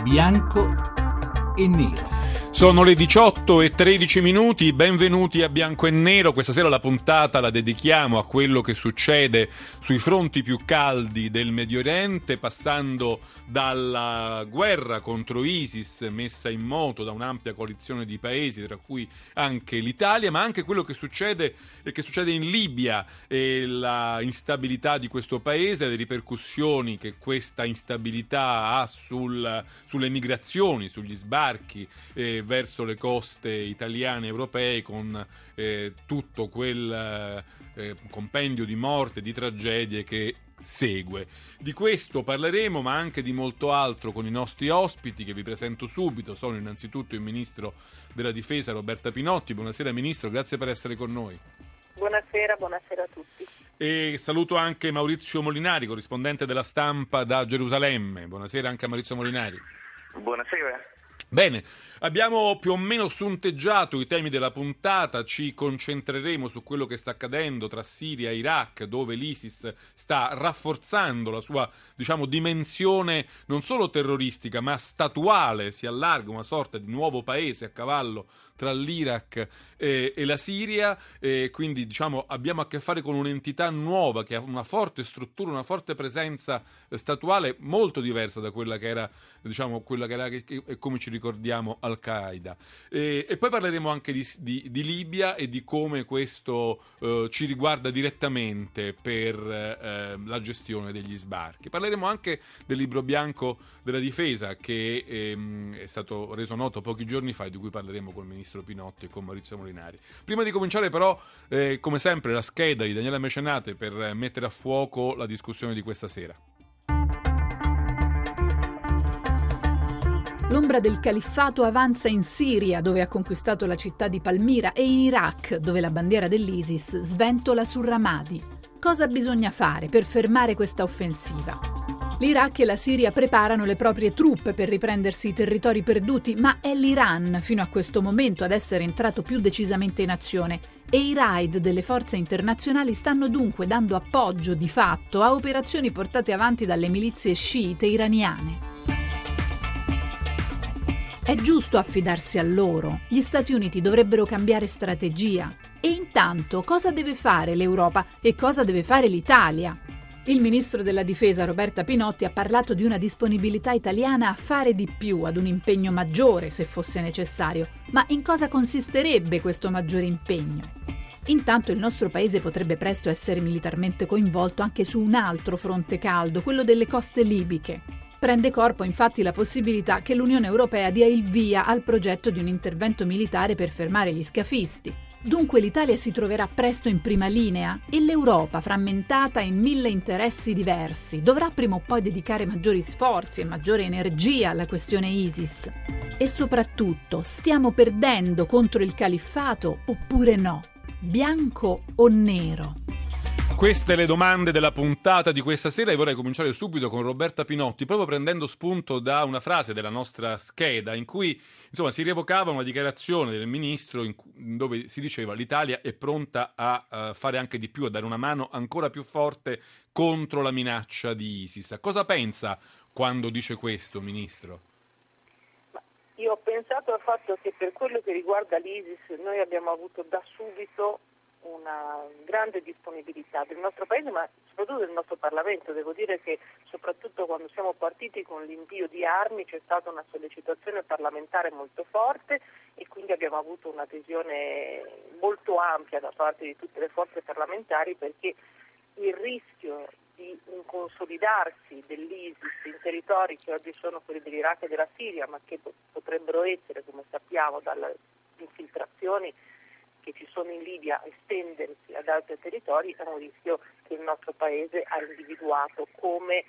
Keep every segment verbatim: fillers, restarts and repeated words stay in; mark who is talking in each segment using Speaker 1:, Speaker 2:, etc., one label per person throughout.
Speaker 1: Bianco e nero.
Speaker 2: Sono le diciotto e tredici minuti, benvenuti a Bianco e Nero. Questa sera la puntata la dedichiamo a quello che succede sui fronti più caldi del Medio Oriente, passando dalla guerra contro ISIS messa in moto da un'ampia coalizione di paesi, tra cui anche l'Italia, ma anche quello che succede e che succede in Libia e la instabilità di questo paese, le ripercussioni che questa instabilità ha sul, sulle migrazioni, sugli sbarchi eh, verso le coste italiane e europee, con eh, tutto quel eh, compendio di morte, di tragedie che segue. Di questo parleremo, ma anche di molto altro con i nostri ospiti, che vi presento subito. Sono innanzitutto il Ministro della Difesa Roberta Pinotti. Buonasera Ministro, grazie per essere con noi.
Speaker 3: Buonasera, buonasera a tutti.
Speaker 2: E saluto anche Maurizio Molinari, corrispondente della Stampa da Gerusalemme. Buonasera anche a Maurizio Molinari.
Speaker 4: Buonasera.
Speaker 2: Bene, abbiamo più o meno sunteggiato i temi della puntata, ci concentreremo su quello che sta accadendo tra Siria e Iraq, dove l'ISIS sta rafforzando la sua, diciamo, dimensione non solo terroristica ma statuale, si allarga una sorta di nuovo paese a cavallo tra l'Iraq e, e la Siria, e quindi diciamo abbiamo a che fare con un'entità nuova che ha una forte struttura, una forte presenza statuale molto diversa da quella che era, diciamo, quella che era che, che, come ci ricordiamo Al-Qaeda. E, e poi parleremo anche di, di, di Libia e di come questo eh, ci riguarda direttamente per eh, la gestione degli sbarchi. Parleremo anche del libro bianco della difesa che ehm, è stato reso noto pochi giorni fa e di cui parleremo col Ministro Pinotti e con Maurizio Molinari. Prima di cominciare però, eh, come sempre, la scheda di Daniela Mecenate per mettere a fuoco la discussione di questa sera.
Speaker 5: L'ombra del califfato avanza in Siria, dove ha conquistato la città di Palmira, e in Iraq, dove la bandiera dell'ISIS sventola su Ramadi. Cosa bisogna fare per fermare questa offensiva? L'Iraq e la Siria preparano le proprie truppe per riprendersi i territori perduti, ma è l'Iran, fino a questo momento, ad essere entrato più decisamente in azione, e i raid delle forze internazionali stanno dunque dando appoggio di fatto a operazioni portate avanti dalle milizie sciite iraniane. È giusto affidarsi a loro. Gli Stati Uniti dovrebbero cambiare strategia. E intanto cosa deve fare l'Europa e cosa deve fare l'Italia? Il ministro della Difesa Roberta Pinotti ha parlato di una disponibilità italiana a fare di più, ad un impegno maggiore se fosse necessario. Ma in cosa consisterebbe questo maggiore impegno? Intanto il nostro paese potrebbe presto essere militarmente coinvolto anche su un altro fronte caldo, quello delle coste libiche. Prende corpo infatti la possibilità che l'Unione Europea dia il via al progetto di un intervento militare per fermare gli scafisti. Dunque l'Italia si troverà presto in prima linea e l'Europa, frammentata in mille interessi diversi, dovrà prima o poi dedicare maggiori sforzi e maggiore energia alla questione ISIS. E soprattutto, stiamo perdendo contro il califfato oppure no? Bianco o nero?
Speaker 2: Queste le domande della puntata di questa sera e vorrei cominciare subito con Roberta Pinotti, proprio prendendo spunto da una frase della nostra scheda in cui insomma si rievocava una dichiarazione del ministro in cui, dove si diceva l'Italia è pronta a uh, fare anche di più, a dare una mano ancora più forte contro la minaccia di ISIS. Cosa pensa quando dice questo, Ministro?
Speaker 3: Io ho pensato al fatto che per quello che riguarda l'ISIS noi abbiamo avuto da subito una grande disponibilità del nostro Paese, ma soprattutto del nostro Parlamento. Devo dire che soprattutto quando siamo partiti con l'invio di armi c'è stata una sollecitazione parlamentare molto forte e quindi abbiamo avuto un'adesione molto ampia da parte di tutte le forze parlamentari, perché il rischio di un consolidarsi dell'ISIS in territori che oggi sono quelli dell'Iraq e della Siria, ma che potrebbero essere, come sappiamo, dalle infiltrazioni che ci sono in Libia, estendersi ad altri territori, è un rischio che il nostro Paese ha individuato come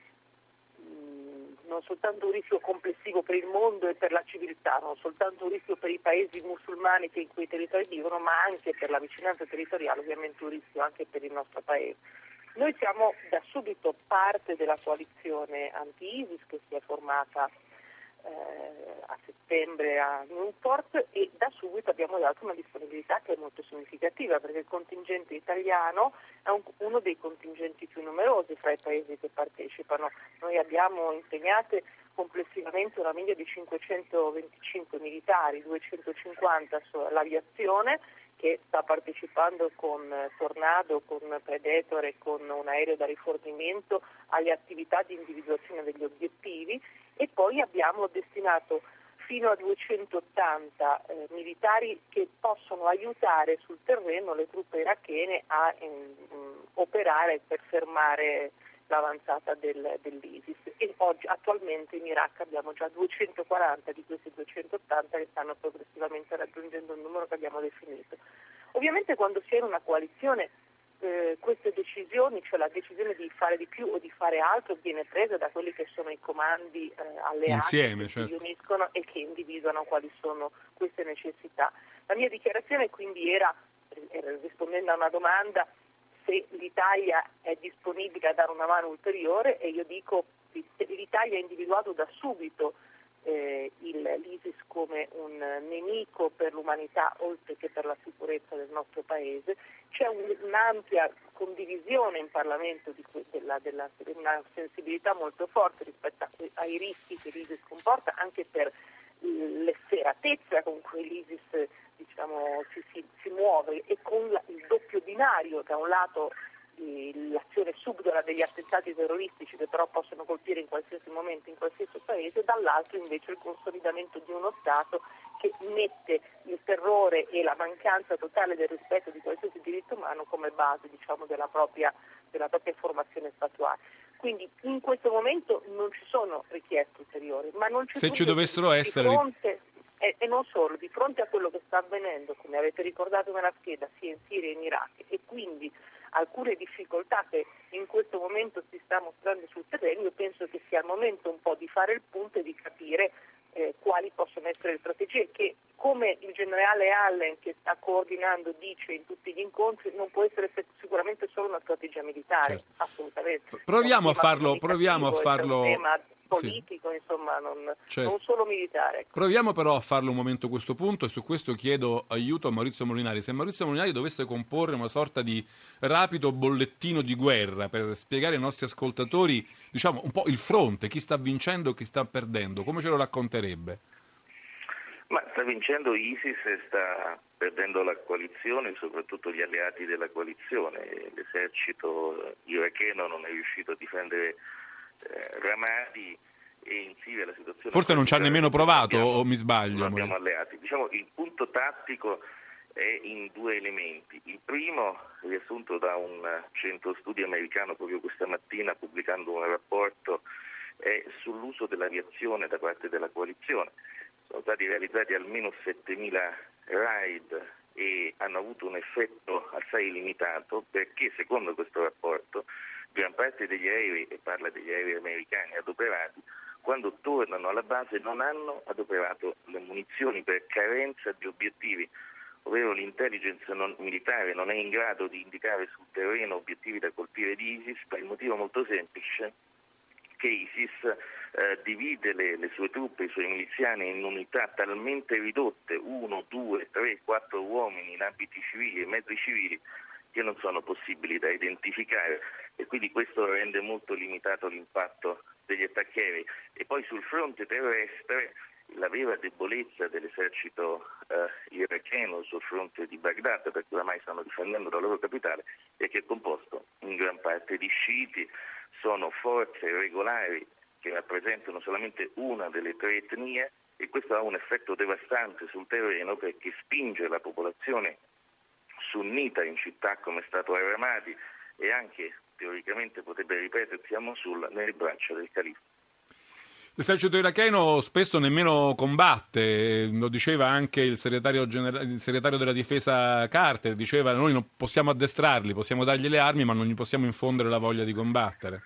Speaker 3: mh, non soltanto un rischio complessivo per il mondo e per la civiltà, non soltanto un rischio per i paesi musulmani che in quei territori vivono, ma anche per la vicinanza territoriale, ovviamente un rischio anche per il nostro Paese. Noi siamo da subito parte della coalizione anti-ISIS che si è formata eh, a settembre a Newport, e da subito abbiamo dato una disponibilità che è molto significativa, perché il contingente italiano è un, uno dei contingenti più numerosi fra i paesi che partecipano. Noi abbiamo impegnate complessivamente una media di cinquecentoventicinque militari, duecentocinquanta sull'aviazione, che sta partecipando con Tornado, con Predator e con un aereo da rifornimento alle attività di individuazione degli obiettivi, e poi abbiamo destinato fino a duecentottanta eh, militari che possono aiutare sul terreno le truppe irachene a in, in, operare per fermare l'avanzata del, dell'ISIS, e oggi attualmente in Iraq abbiamo già duecentoquaranta di questi duecentottanta che stanno progressivamente raggiungendo il numero che abbiamo definito. Ovviamente quando si è in una coalizione eh, queste decisioni, cioè la decisione di fare di più o di fare altro, viene presa da quelli che sono i comandi eh, alleati
Speaker 2: insieme,
Speaker 3: che
Speaker 2: certo.
Speaker 3: si uniscono e che individuano quali sono queste necessità. La mia dichiarazione quindi era, era rispondendo a una domanda, se l'Italia è disponibile a dare una mano ulteriore, e io dico che l'Italia ha individuato da subito eh, il, l'ISIS come un nemico per l'umanità oltre che per la sicurezza del nostro paese. C'è un, un'ampia condivisione in Parlamento di, della, della, una sensibilità molto forte rispetto a, ai rischi che l'ISIS comporta, anche per l'efferatezza con cui l'ISIS diciamo, si, si, si muove, e con la, il doppio binario, da un lato eh, l'azione subdola degli attentati terroristici che però possono colpire in qualsiasi momento, in qualsiasi paese, dall'altro invece il consolidamento di uno Stato che mette il terrore e la mancanza totale del rispetto di qualsiasi diritto umano come base diciamo, della propria, della propria formazione statuale. Quindi in questo momento non ci sono richieste ulteriori, ma non c'è
Speaker 2: se ci dovessero
Speaker 3: di
Speaker 2: essere
Speaker 3: fronte, e, e non solo, di fronte a quello che sta avvenendo, come avete ricordato nella scheda, sia in Siria che in Iraq, e quindi alcune difficoltà che in questo momento si sta mostrando sul terreno, io penso che sia il momento un po' di fare il punto e di capire eh, quali possono essere le strategie che, come il generale Allen che sta coordinando dice in tutti gli incontri, non può essere sicuramente solo una strategia militare,
Speaker 2: certo.
Speaker 3: assolutamente.
Speaker 2: Proviamo a farlo, proviamo a farlo.
Speaker 3: C'è un tema politico, sì. insomma, non,
Speaker 2: certo.
Speaker 3: non solo militare. Ecco.
Speaker 2: Proviamo però a farlo un momento a questo punto, e su questo chiedo aiuto a Maurizio Molinari. Se Maurizio Molinari dovesse comporre una sorta di rapido bollettino di guerra per spiegare ai nostri ascoltatori, diciamo, un po' il fronte, chi sta vincendo e chi sta perdendo, come ce lo racconterebbe?
Speaker 4: Ma sta vincendo ISIS e sta perdendo la coalizione, soprattutto gli alleati della coalizione. L'esercito iracheno non è riuscito a difendere eh, Ramadi, e in Siria la situazione...
Speaker 2: Forse non ci ha nemmeno provato,
Speaker 4: abbiamo,
Speaker 2: o mi sbaglio?
Speaker 4: Non abbiamo alleati. Diciamo, il punto tattico è in due elementi. Il primo, riassunto da un centro studi americano proprio questa mattina, pubblicando un rapporto, è sull'uso dell'aviazione da parte della coalizione. Sono stati realizzati almeno settemila raid e hanno avuto un effetto assai limitato, perché secondo questo rapporto gran parte degli aerei, e parla degli aerei americani adoperati, quando tornano alla base non hanno adoperato le munizioni per carenza di obiettivi, ovvero l'intelligence non, militare non è in grado di indicare sul terreno obiettivi da colpire di ISIS, per il motivo molto semplice che ISIS eh, divide le, le sue truppe, i suoi miliziani in unità talmente ridotte, uno, due, tre, quattro uomini in abiti civili e mezzi civili, che non sono possibili da identificare, e quindi questo rende molto limitato l'impatto degli attacchi aerei. E poi sul fronte terrestre la vera debolezza dell'esercito eh, iracheno sul fronte di Baghdad, perché oramai stanno difendendo la loro capitale, è che è composto in gran parte di sciiti, sono forze regolari che rappresentano solamente una delle tre etnie, e questo ha un effetto devastante sul terreno, perché spinge la popolazione sunnita in città come è stato a Ramadi, e anche teoricamente potrebbe ripetersi a Mosul, nelle braccia del califfo.
Speaker 2: L'esercito iracheno spesso nemmeno combatte, lo diceva anche il segretario, genera- il segretario della difesa Carter, diceva noi non possiamo addestrarli, possiamo dargli le armi ma non gli possiamo infondere la voglia di combattere.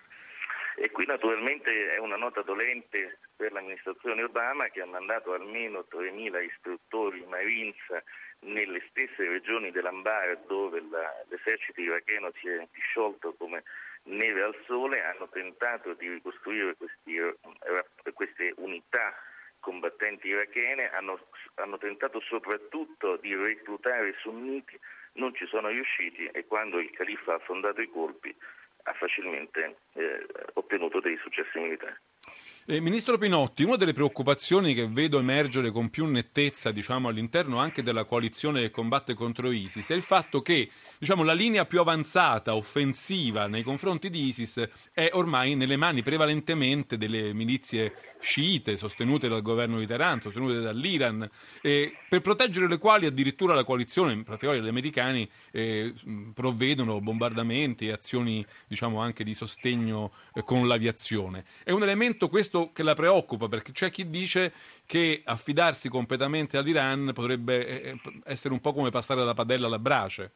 Speaker 4: E qui naturalmente è una nota dolente per l'amministrazione Obama, che ha mandato almeno tremila istruttori Marines nelle stesse regioni dell'Anbar dove la, l'esercito iracheno si è sciolto come neve al sole. Hanno tentato di ricostruire questi, queste unità combattenti irachene, hanno, hanno tentato soprattutto di reclutare sunniti, non ci sono riusciti e quando il califo ha affondato i colpi ha facilmente eh, ottenuto dei successi militari.
Speaker 2: Eh, Ministro Pinotti, una delle preoccupazioni che vedo emergere con più nettezza, diciamo, all'interno anche della coalizione che combatte contro ISIS è il fatto che, diciamo, la linea più avanzata, offensiva nei confronti di ISIS è ormai nelle mani prevalentemente delle milizie sciite sostenute dal governo di Teheran, sostenute dall'Iran, eh, per proteggere le quali addirittura la coalizione, in particolare gli americani, eh, provvedono bombardamenti e azioni, diciamo, anche di sostegno eh, con l'aviazione. È un elemento questo che la preoccupa, perché c'è chi dice che affidarsi completamente all'Iran potrebbe essere un po' come passare da padella alla brace.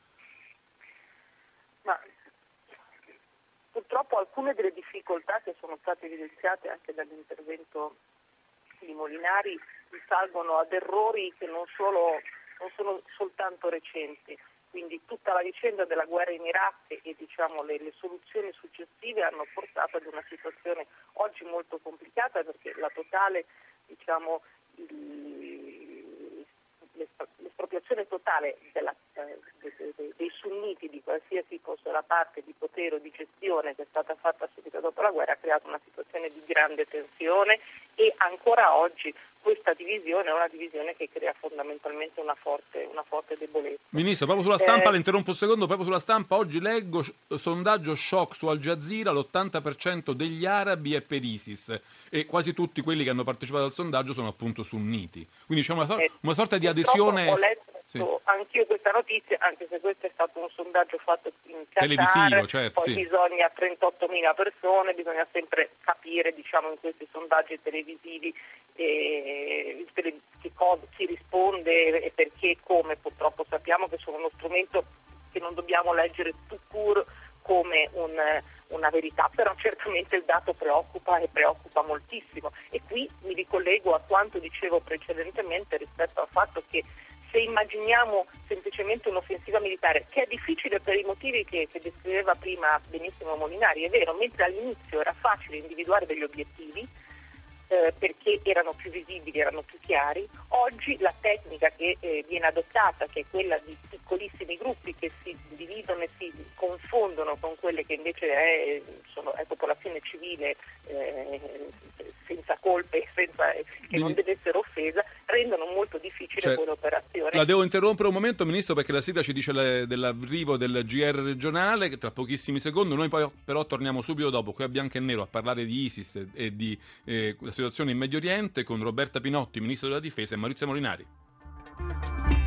Speaker 3: Ma purtroppo alcune delle difficoltà che sono state evidenziate anche dall'intervento di Molinari risalgono ad errori che non, solo, non sono soltanto recenti. Quindi tutta la vicenda della guerra in Iraq e diciamo, le, le soluzioni successive hanno portato ad una situazione oggi molto complicata, perché la totale, diciamo, il, l'espropriazione totale della, eh, de, de, dei sunniti di qualsiasi fosse la parte di potere o di gestione che è stata fatta subito dopo la guerra ha creato una situazione di grande tensione e ancora oggi questa divisione è una divisione che crea fondamentalmente una forte, una forte debolezza.
Speaker 2: Ministro, proprio sulla stampa,
Speaker 3: eh,
Speaker 2: le interrompo un secondo, proprio sulla stampa oggi leggo sondaggio shock su Al Jazeera, l'ottanta per cento degli arabi è per ISIS e quasi tutti quelli che hanno partecipato al sondaggio sono appunto sunniti. Quindi c'è una, sor-
Speaker 3: eh,
Speaker 2: una sorta di adesione...
Speaker 3: Ho letto
Speaker 2: sì.
Speaker 3: anch'io questa notizia, anche se questo è stato un sondaggio fatto in Qatar,
Speaker 2: televisivo, certo,
Speaker 3: poi
Speaker 2: sì.
Speaker 3: bisogna trentottomila persone, bisogna sempre capire, diciamo, in questi sondaggi televisivi eh, che cosa si risponde e perché e come. Purtroppo sappiamo che sono uno strumento che non dobbiamo leggere tout court come un, una verità, però certamente il dato preoccupa e preoccupa moltissimo. E qui mi ricollego a quanto dicevo precedentemente rispetto al fatto che se immaginiamo semplicemente un'offensiva militare, che è difficile per i motivi che, che descriveva prima benissimo Molinari, è vero, mentre all'inizio era facile individuare degli obiettivi, eh, perché erano più visibili, erano più chiari, oggi la tecnica che eh, viene adottata, che è quella di piccolissimi gruppi che si dividono e si confondono con quelle che invece è, sono, è popolazione civile eh, senza colpe, senza, che non deve essere offesa, rendono molto difficile cioè, quell'operazione.
Speaker 2: La devo interrompere un momento, Ministro, perché la sigla ci dice le, dell'arrivo del G R regionale, che tra pochissimi secondi, noi poi però torniamo subito dopo, qui a Bianco e Nero, a parlare di ISIS e di eh, la situazione in Medio Oriente con Roberta Pinotti, Ministro della Difesa, e Maurizio Molinari.